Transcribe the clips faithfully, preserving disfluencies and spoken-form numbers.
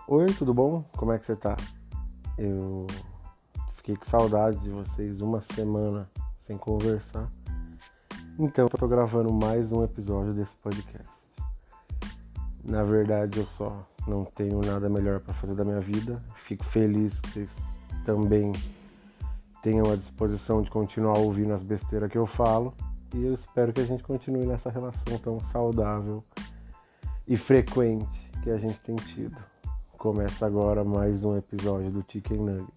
Oi, tudo bom? Como é que você tá? Eu fiquei com saudade de vocês uma semana sem conversar. Então, eu tô gravando mais um episódio desse podcast. Na verdade, eu só não tenho nada melhor para fazer da minha vida. Fico feliz que vocês também tenham a disposição de continuar ouvindo as besteiras que eu falo. E eu espero que a gente continue nessa relação tão saudável e frequente que a gente tem tido. Começa agora mais um episódio do Chicken Nugget.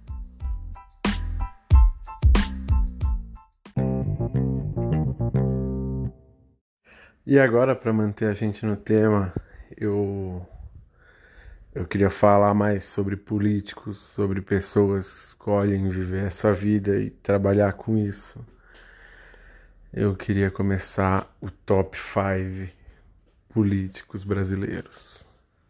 E agora, para manter a gente no tema, eu eu queria falar mais sobre políticos, sobre pessoas que escolhem viver essa vida e trabalhar com isso. Eu queria começar o top cinco políticos brasileiros.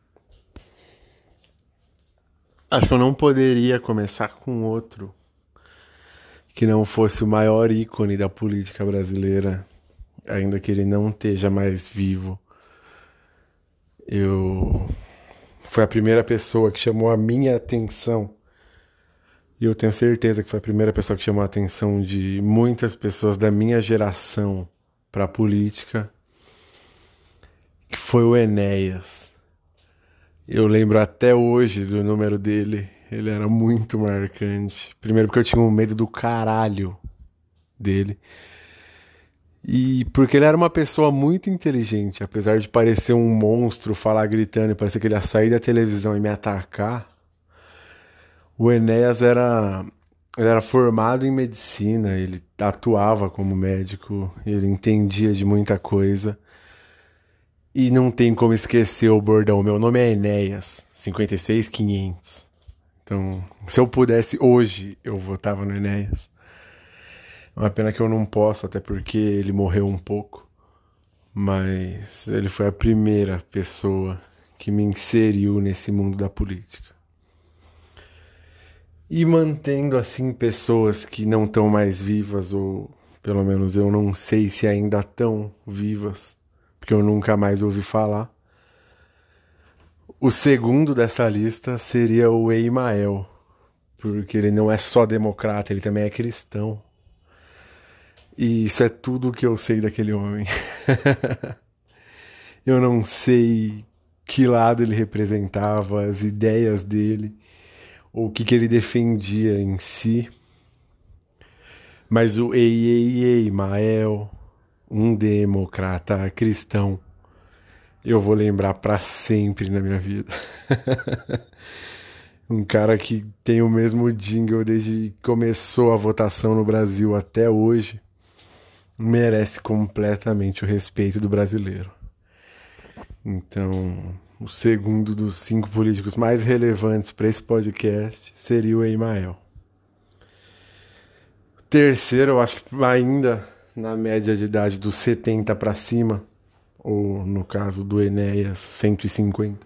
Acho que eu não poderia começar com outro que não fosse o maior ícone da política brasileira, ainda que ele não esteja mais vivo. Eu foi a primeira pessoa que chamou a minha atenção, e eu tenho certeza que foi a primeira pessoa que chamou a atenção de muitas pessoas da minha geração para a política, que foi o Enéas. Eu lembro até hoje do número dele. Ele era muito marcante. Primeiro porque eu tinha um medo do caralho dele. E porque ele era uma pessoa muito inteligente. Apesar de parecer um monstro, falar gritando e parecer que ele ia sair da televisão e me atacar, o Enéas era, ele era formado em medicina, ele atuava como médico, ele entendia de muita coisa. E não tem como esquecer o bordão. Meu nome é Enéas, cinquenta e seis quinhentos. Então, se eu pudesse hoje, eu votava no Enéas. É uma pena que eu não posso, até porque ele morreu um pouco. Mas ele foi a primeira pessoa que me inseriu nesse mundo da política. E mantendo assim pessoas que não estão mais vivas, ou pelo menos eu não sei se ainda estão vivas, porque eu nunca mais ouvi falar. O segundo dessa lista seria o Eimael, porque ele não é só democrata, ele também é cristão. E isso é tudo o que eu sei daquele homem. Eu não sei que lado ele representava, as ideias dele, ou o que, que ele defendia em si. Mas o Ei, Ei, Eimael, um democrata cristão, eu vou lembrar pra sempre na minha vida. Um cara que tem o mesmo jingle desde que começou a votação no Brasil até hoje, merece completamente o respeito do brasileiro. Então, o segundo dos cinco políticos mais relevantes para esse podcast seria o Eimael. O terceiro, eu acho que ainda na média de idade dos setenta para cima, ou no caso do Enéas, cento e cinquenta.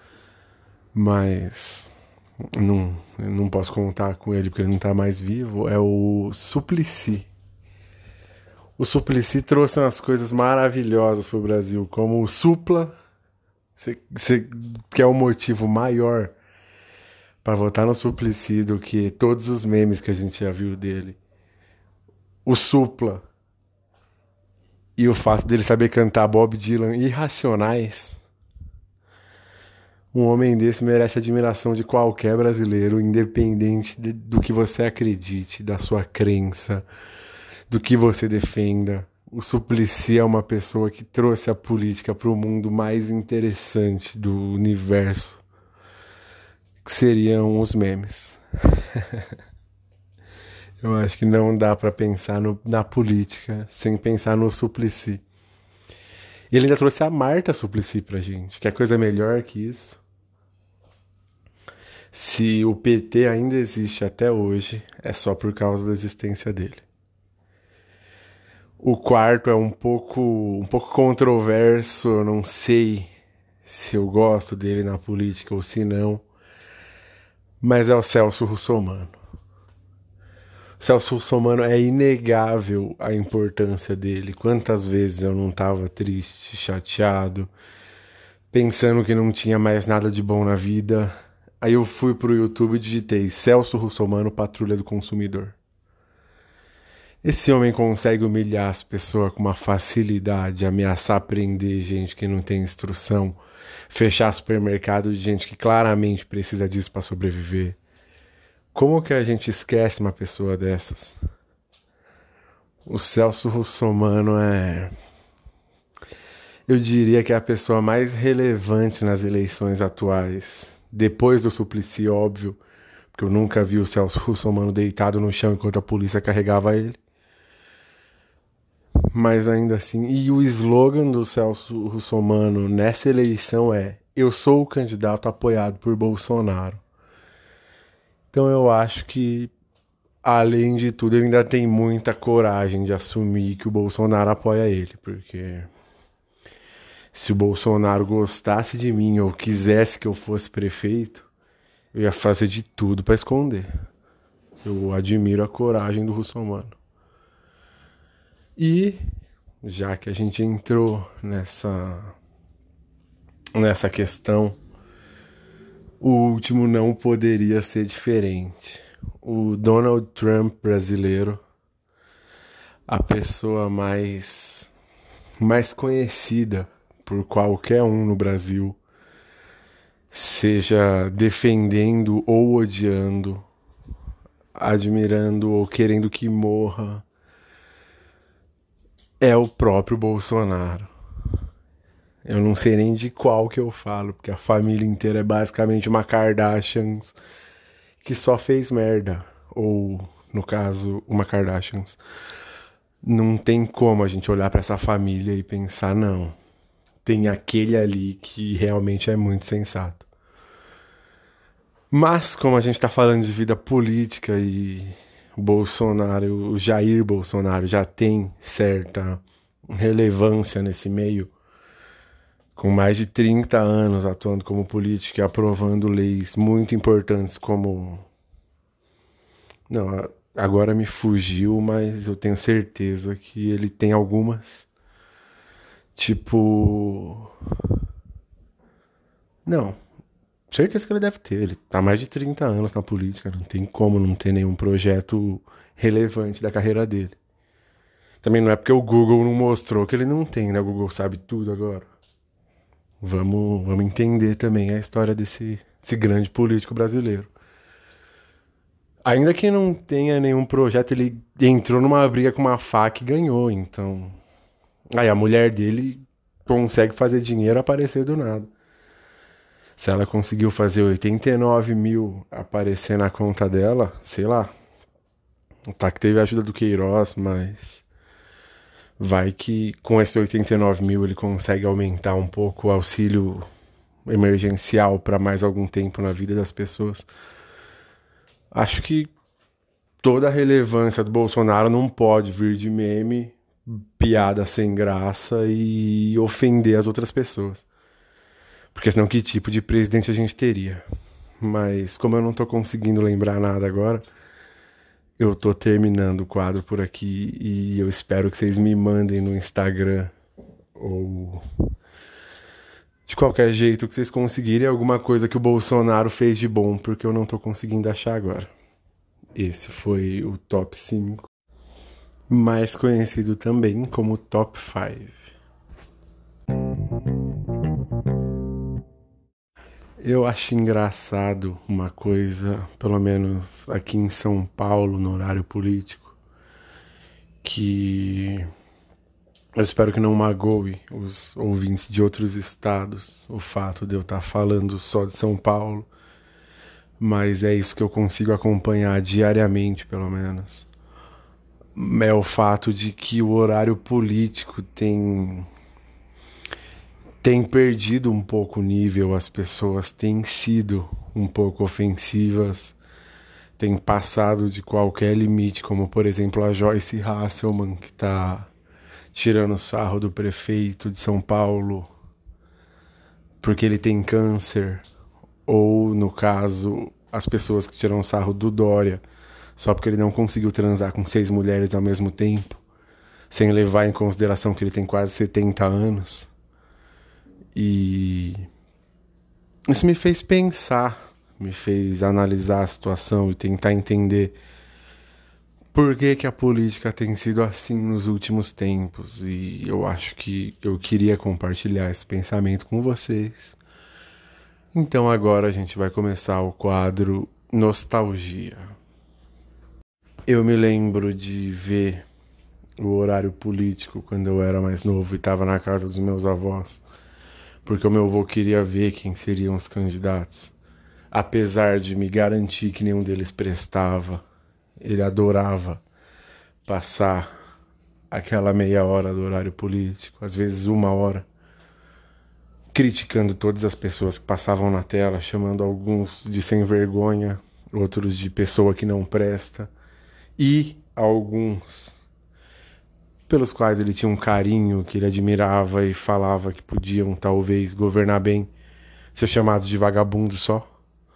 Mas não, eu não posso contar com ele porque ele não está mais vivo. É o Suplicy. O Suplicy trouxe umas coisas maravilhosas pro Brasil, como o Supla. Você quer um motivo maior para votar no Suplicy do que todos os memes que a gente já viu dele? O Supla e o fato dele saber cantar Bob Dylan e Racionais. Um homem desse merece a admiração de qualquer brasileiro, independente de, do que você acredite, da sua crença, do que você defenda. O Suplicy é uma pessoa que trouxe a política para o mundo mais interessante do universo, que seriam os memes. Eu acho que não dá para pensar no, na política sem pensar no Suplicy. E ele ainda trouxe a Marta Suplicy pra gente. Quer coisa melhor que isso? Se o P T ainda existe até hoje, é só por causa da existência dele. O quarto é um pouco, um pouco controverso, eu não sei se eu gosto dele na política ou se não, mas é o Celso Russomano. O Celso Russomano, é inegável a importância dele. Quantas vezes eu não estava triste, chateado, pensando que não tinha mais nada de bom na vida. Aí eu fui pro YouTube e digitei Celso Russomano, Patrulha do Consumidor. Esse homem consegue humilhar as pessoas com uma facilidade, ameaçar prender gente que não tem instrução, fechar supermercado de gente que claramente precisa disso para sobreviver. Como que a gente esquece uma pessoa dessas? O Celso Russomano é... eu diria que é a pessoa mais relevante nas eleições atuais. Depois do Suplicy, óbvio, porque eu nunca vi o Celso Russomano deitado no chão enquanto a polícia carregava ele. Mas ainda assim, e o slogan do Celso Russomano nessa eleição é: eu sou o candidato apoiado por Bolsonaro. Então eu acho que, além de tudo, ele ainda tem muita coragem de assumir que o Bolsonaro apoia ele, porque se o Bolsonaro gostasse de mim ou quisesse que eu fosse prefeito, eu ia fazer de tudo para esconder. Eu admiro a coragem do Russomano. E já que a gente entrou nessa nessa questão, o último não poderia ser diferente. O Donald Trump brasileiro, a pessoa mais mais conhecida por qualquer um no Brasil, seja defendendo ou odiando, admirando ou querendo que morra, é o próprio Bolsonaro. Eu não sei nem de qual que eu falo, porque a família inteira é basicamente uma Kardashians que só fez merda. Ou, no caso, uma Kardashians. Não tem como a gente olhar pra essa família e pensar, não, tem aquele ali que realmente é muito sensato. Mas, como a gente tá falando de vida política e o Bolsonaro, o Jair Bolsonaro já tem certa relevância nesse meio, com mais de trinta anos atuando como político e aprovando leis muito importantes como... Não, agora me fugiu, mas eu tenho certeza que ele tem algumas. Tipo... Não, certeza que ele deve ter. Ele tá há mais de trinta anos na política, não tem como não ter nenhum projeto relevante da carreira dele. Também não é porque o Google não mostrou que ele não tem, né? O Google sabe tudo agora. Vamos, vamos entender também a história desse, desse grande político brasileiro. Ainda que não tenha nenhum projeto, ele entrou numa briga com uma faca e ganhou, então... Aí a mulher dele consegue fazer dinheiro aparecer do nada. Se ela conseguiu fazer oitenta e nove mil aparecer na conta dela, sei lá. Tá que teve a ajuda do Queiroz, mas... vai que com esse oitenta e nove mil ele consegue aumentar um pouco o auxílio emergencial para mais algum tempo na vida das pessoas. Acho que toda a relevância do Bolsonaro não pode vir de meme, piada sem graça e ofender as outras pessoas. Porque senão que tipo de presidente a gente teria? Mas como eu não tô conseguindo lembrar nada agora, eu tô terminando o quadro por aqui e eu espero que vocês me mandem no Instagram ou de qualquer jeito que vocês conseguirem alguma coisa que o Bolsonaro fez de bom, porque eu não tô conseguindo achar agora. Esse foi o Top cinco, mais conhecido também como Top cinco. Eu acho engraçado uma coisa, pelo menos aqui em São Paulo, no horário político, que eu espero que não magoe os ouvintes de outros estados, o fato de eu estar falando só de São Paulo, mas é isso que eu consigo acompanhar diariamente, pelo menos. É o fato de que o horário político tem... tem perdido um pouco o nível, as pessoas têm sido um pouco ofensivas, têm passado de qualquer limite, como por exemplo a Joyce Hasselman, que está tirando sarro do prefeito de São Paulo porque ele tem câncer, ou no caso, as pessoas que tiram sarro do Dória só porque ele não conseguiu transar com seis mulheres ao mesmo tempo, sem levar em consideração que ele tem quase setenta anos. E isso me fez pensar, me fez analisar a situação e tentar entender por que que a política tem sido assim nos últimos tempos. E eu acho que eu queria compartilhar esse pensamento com vocês. Então agora a gente vai começar o quadro Nostalgia. Eu me lembro de ver o horário político quando eu era mais novo e estava na casa dos meus avós, porque o meu avô queria ver quem seriam os candidatos. Apesar de me garantir que nenhum deles prestava, ele adorava passar aquela meia hora do horário político, às vezes uma hora, criticando todas as pessoas que passavam na tela, chamando alguns de sem vergonha, outros de pessoa que não presta, e alguns pelos quais ele tinha um carinho, que ele admirava e falava que podiam talvez governar bem, ser chamados de vagabundo só.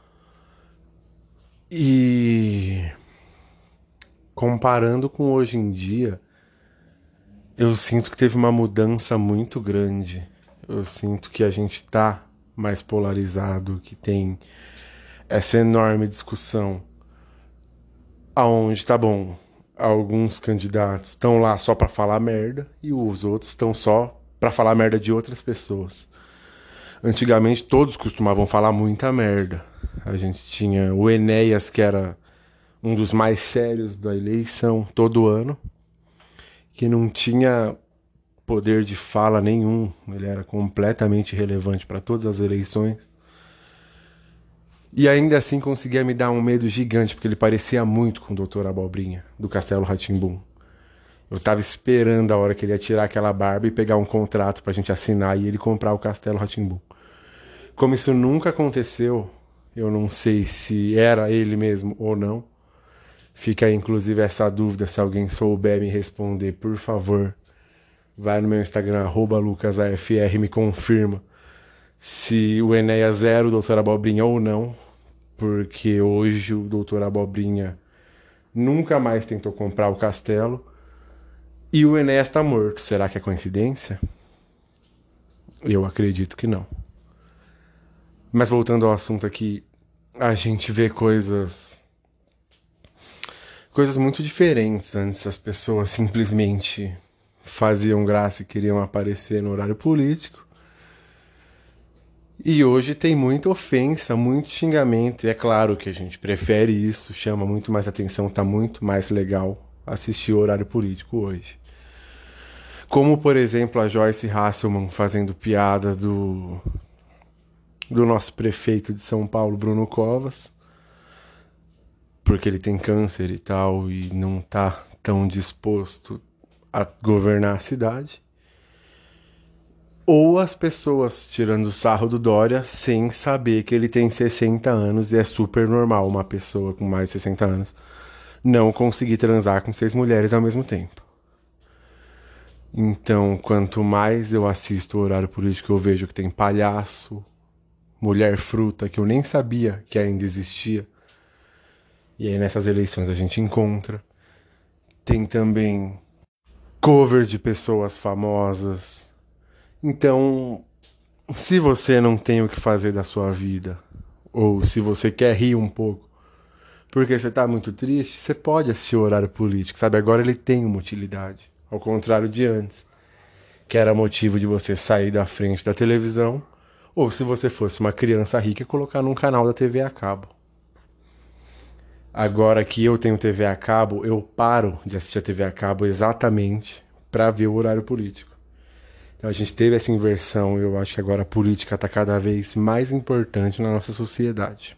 E comparando com hoje em dia, eu sinto que teve uma mudança muito grande. Eu sinto que a gente tá mais polarizado, que tem essa enorme discussão aonde tá bom, alguns candidatos estão lá só pra falar merda e os outros estão só pra falar merda de outras pessoas. Antigamente todos costumavam falar muita merda. A gente tinha o Enéas, que era um dos mais sérios da eleição todo ano, que não tinha poder de fala nenhum. Ele era completamente irrelevante para todas as eleições. E ainda assim conseguia me dar um medo gigante, porque ele parecia muito com o doutor Abobrinha, do Castelo Rá-Tim-Bum. Eu tava esperando a hora que ele ia tirar aquela barba e pegar um contrato pra gente assinar e ele comprar o Castelo Rá-Tim-Bum. Como isso nunca aconteceu, eu não sei se era ele mesmo ou não. Fica aí, inclusive, essa dúvida. Se alguém souber me responder, por favor, vai no meu Instagram, arroba lucasafr, me confirma se o Enéas era o doutor Abobrinha ou não. Porque hoje o doutor Abobrinha nunca mais tentou comprar o castelo e o Enéas tá morto. Será que é coincidência? Eu acredito que não. Mas voltando ao assunto aqui, a gente vê coisas coisas muito diferentes. Antes as pessoas simplesmente faziam graça e queriam aparecer no horário político. E hoje tem muita ofensa, muito xingamento. E é claro que a gente prefere isso, chama muito mais atenção, tá muito mais legal assistir o horário político hoje. Como, por exemplo, a Joyce Hasselman fazendo piada do, do nosso prefeito de São Paulo, Bruno Covas, porque ele tem câncer e tal e não tá tão disposto a governar a cidade. Ou as pessoas tirando sarro do Dória sem saber que ele tem sessenta anos e é super normal uma pessoa com mais de sessenta anos não conseguir transar com seis mulheres ao mesmo tempo. Então, quanto mais eu assisto o horário político, eu vejo que tem palhaço, mulher fruta, que eu nem sabia que ainda existia. E aí nessas eleições a gente encontra. Tem também covers de pessoas famosas. Então, se você não tem o que fazer da sua vida, ou se você quer rir um pouco, porque você tá muito triste, você pode assistir o horário político, sabe? Agora ele tem uma utilidade, ao contrário de antes, que era motivo de você sair da frente da televisão, ou se você fosse uma criança rica, colocar num canal da T V a cabo. Agora que eu tenho T V a cabo, eu paro de assistir a T V a cabo exatamente para ver o horário político. Então a gente teve essa inversão e eu acho que agora a política está cada vez mais importante na nossa sociedade.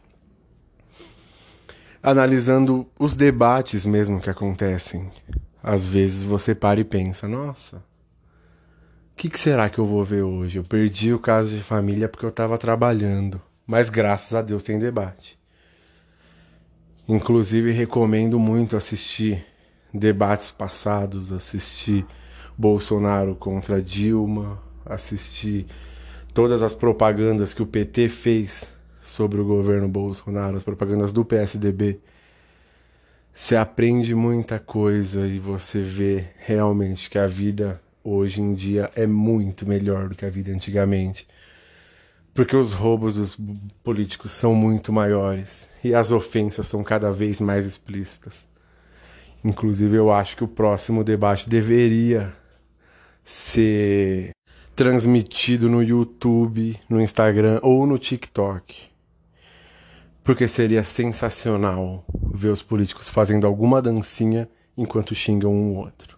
Analisando os debates mesmo que acontecem, às vezes você para e pensa, nossa, o que, que será que eu vou ver hoje? Eu perdi o Caso de Família porque eu estava trabalhando, mas graças a Deus tem debate. Inclusive recomendo muito assistir debates passados, assistir Bolsonaro contra Dilma, assistir todas as propagandas que o P T fez sobre o governo Bolsonaro, as propagandas do P S D B. Você aprende muita coisa e você vê realmente que a vida hoje em dia é muito melhor do que a vida antigamente. Porque os roubos dos políticos são muito maiores e as ofensas são cada vez mais explícitas. Inclusive, eu acho que o próximo debate deveria ser transmitido no YouTube, no Instagram ou no TikTok. Porque seria sensacional ver os políticos fazendo alguma dancinha enquanto xingam um outro.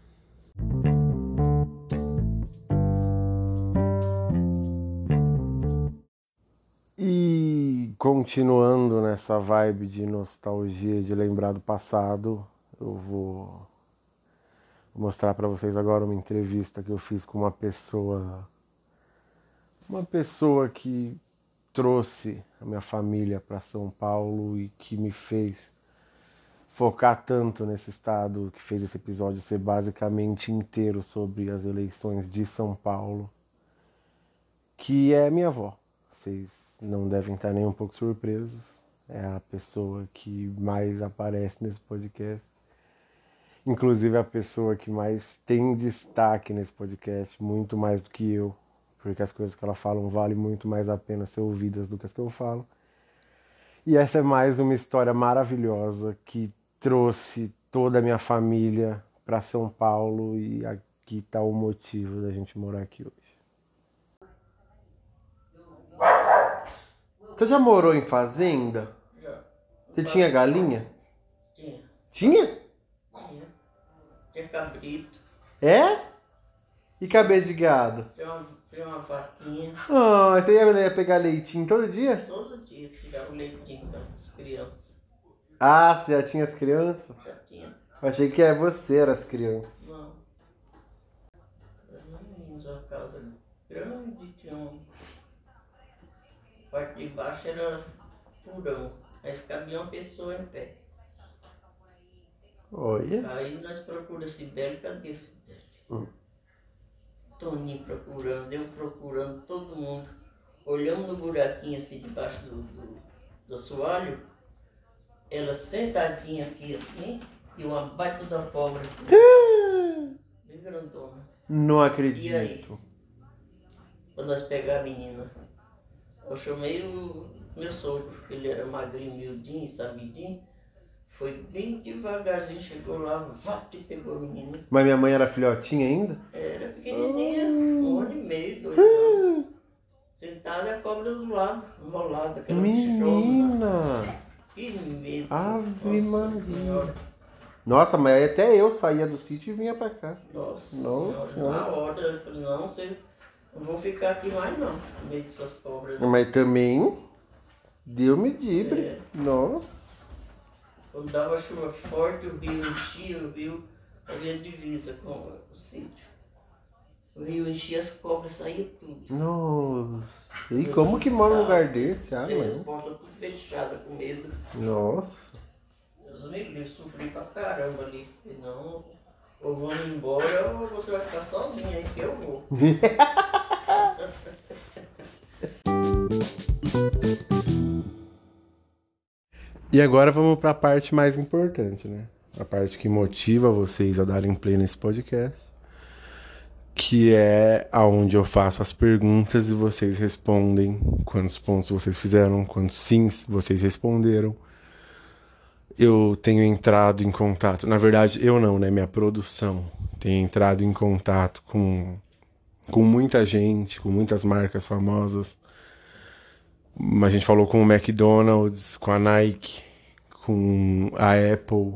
E continuando nessa vibe de nostalgia, de lembrar do passado, eu vou mostrar para vocês agora uma entrevista que eu fiz com uma pessoa, uma pessoa que trouxe a minha família para São Paulo e que me fez focar tanto nesse estado, que fez esse episódio ser basicamente inteiro sobre as eleições de São Paulo, que é minha avó. Vocês não devem estar nem um pouco surpresos. É a pessoa que mais aparece nesse podcast. Inclusive a pessoa que mais tem destaque nesse podcast, muito mais do que eu. Porque as coisas que ela fala valem muito mais a pena ser ouvidas do que as que eu falo. E essa é mais uma história maravilhosa que trouxe toda a minha família para São Paulo e aqui está o motivo da gente morar aqui hoje. Você já morou em fazenda? Já. Você tinha galinha? Tinha. Tinha? Tinha. Tinha cabrito. É? E cabeça de gado? Tinha uma, tinha uma vaquinha. Ah, você ia, ia pegar leitinho todo dia? Todo dia tirava o leitinho para as crianças. Ah, você já tinha as crianças? Já tinha. Eu achei que é você, era as crianças. Não. Nós tínhamos uma casa grande, tinha um... A parte de baixo era porão. Mas cabia uma pessoa em pé. Olha. Aí nós procuramos Sibeli, cadê Sibeli? Hum. Toninho procurando, eu procurando, todo mundo. Olhando no buraquinho assim debaixo do, do, do assoalho. Ela sentadinha aqui assim, e uma baita da cobra aqui. Bem grandona. Não E aí? acredito. Pra nós pegar a menina. Eu chamei o meu sogro, ele era magrinho, miudinho, sabidinho. Foi bem devagarzinho, chegou lá, vapt, e pegou a menina. Mas minha mãe era filhotinha ainda? Era pequenininha, um ano e meio, dois anos. Sentada a cobra do lado, enrolada, aquela bichona. Menina! Que medo. Ave Nossa Maria. Senhora. Nossa, mas aí até eu saía do sítio e vinha pra cá. Nossa, Nossa Senhora. Senhora. Na hora, eu falei, não, você não vou ficar aqui mais não, no meio dessas cobras. Mas também deu medibre. É. Nossa. Quando dava chuva forte, o rio enchia, o rio fazia divisa com o sítio. O rio enchia, as cobras saíam tudo. Nossa. E como que mora num lugar desse? Ah, É, as não. portas tudo fechadas, com medo. Nossa. Deus me livre, sofri pra caramba ali. Falei, não, ou vamos embora ou você vai ficar sozinha aí que eu vou. E agora vamos para a parte mais importante, né? A parte que motiva vocês a darem play nesse podcast, que é aonde eu faço as perguntas e vocês respondem quantos pontos vocês fizeram, quantos sims vocês responderam. Eu tenho entrado em contato, na verdade eu não, né? Minha produção tem entrado em contato com, com muita gente, com muitas marcas famosas. A gente falou com o McDonald's, com a Nike, com a Apple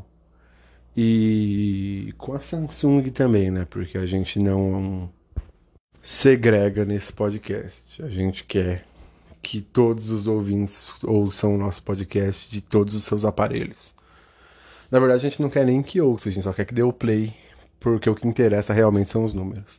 e com a Samsung também, né? Porque a gente não segrega nesse podcast. A gente quer que todos os ouvintes ouçam o nosso podcast de todos os seus aparelhos. Na verdade, a gente não quer nem que ouça, a gente só quer que dê o play, porque o que interessa realmente são os números.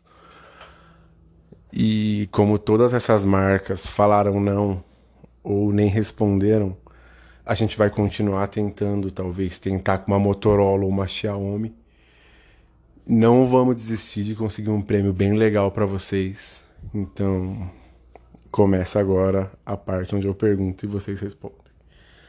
E como todas essas marcas falaram não ou nem responderam, a gente vai continuar tentando, talvez, tentar com uma Motorola ou uma Xiaomi. Não vamos desistir de conseguir um prêmio bem legal para vocês. Então, começa agora a parte onde eu pergunto e vocês respondem.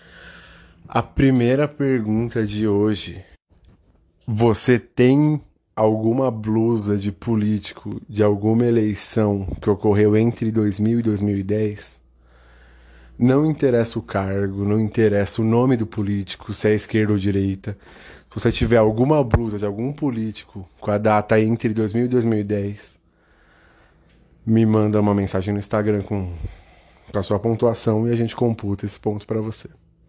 A primeira pergunta de hoje: você tem alguma blusa de político de alguma eleição que ocorreu entre dois mil e dois mil e dez, não interessa o cargo, não interessa o nome do político, se é esquerda ou direita. Se você tiver alguma blusa de algum político com a data entre dois mil e dois mil e dez, me manda uma mensagem no Instagram com, com a sua pontuação e a gente computa esse ponto para você.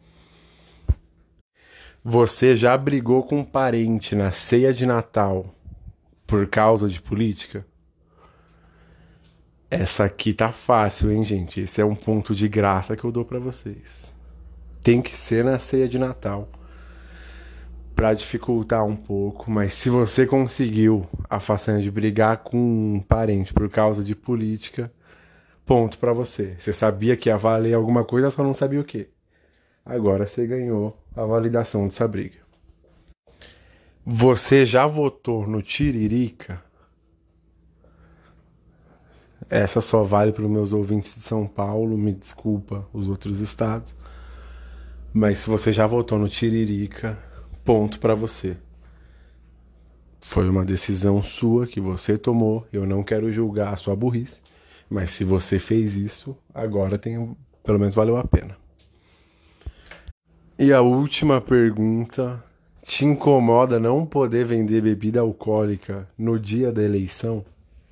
Você já brigou com um parente na ceia de Natal por causa de política? Essa aqui tá fácil, hein, gente? Esse é um ponto de graça que eu dou pra vocês. Tem que ser na ceia de Natal, pra dificultar um pouco, mas se você conseguiu a façanha de brigar com um parente por causa de política, ponto pra você. Você sabia que ia valer alguma coisa, só não sabia o quê. Agora você ganhou a validação dessa briga. Você já votou no Tiririca? Essa só vale para os meus ouvintes de São Paulo, me desculpa os outros estados. Mas se você já votou no Tiririca, ponto para você. Foi uma decisão sua que você tomou, eu não quero julgar a sua burrice, mas se você fez isso, agora tem, pelo menos valeu a pena. E a última pergunta, te incomoda não poder vender bebida alcoólica no dia da eleição?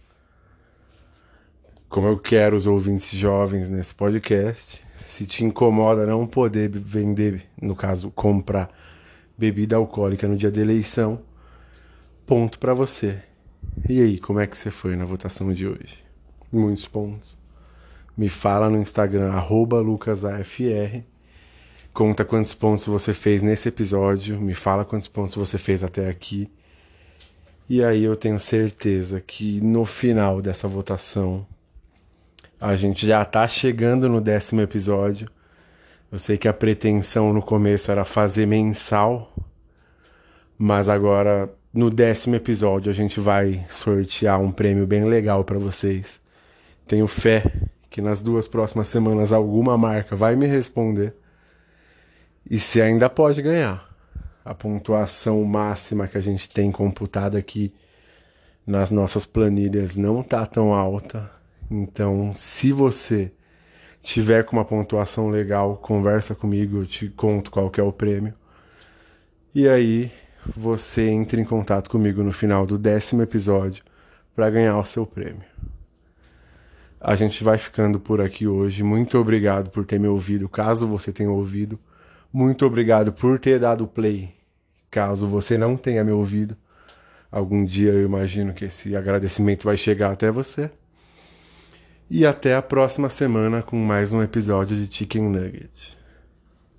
Como eu quero os ouvintes jovens nesse podcast, se te incomoda não poder vender, no caso, comprar bebida alcoólica no dia da eleição, ponto pra você. E aí, como é que você foi na votação de hoje? Muitos pontos. Me fala no Instagram, arroba lucasafr. Conta quantos pontos você fez nesse episódio. Me fala quantos pontos você fez até aqui. E aí eu tenho certeza que no final dessa votação a gente já tá chegando no décimo episódio. Eu sei que a pretensão no começo era fazer mensal, mas agora no décimo episódio a gente vai sortear um prêmio bem legal para vocês. Tenho fé que nas duas próximas semanas alguma marca vai me responder e se ainda pode ganhar. A pontuação máxima que a gente tem computada aqui nas nossas planilhas não tá tão alta. Então, se você tiver com uma pontuação legal, conversa comigo, eu te conto qual que é o prêmio. E aí, você entra em contato comigo no final do décimo episódio para ganhar o seu prêmio. A gente vai ficando por aqui hoje. Muito obrigado por ter me ouvido, caso você tenha ouvido. Muito obrigado por ter dado play, caso você não tenha me ouvido. Algum dia eu imagino que esse agradecimento vai chegar até você. E até a próxima semana com mais um episódio de Chicken Nugget.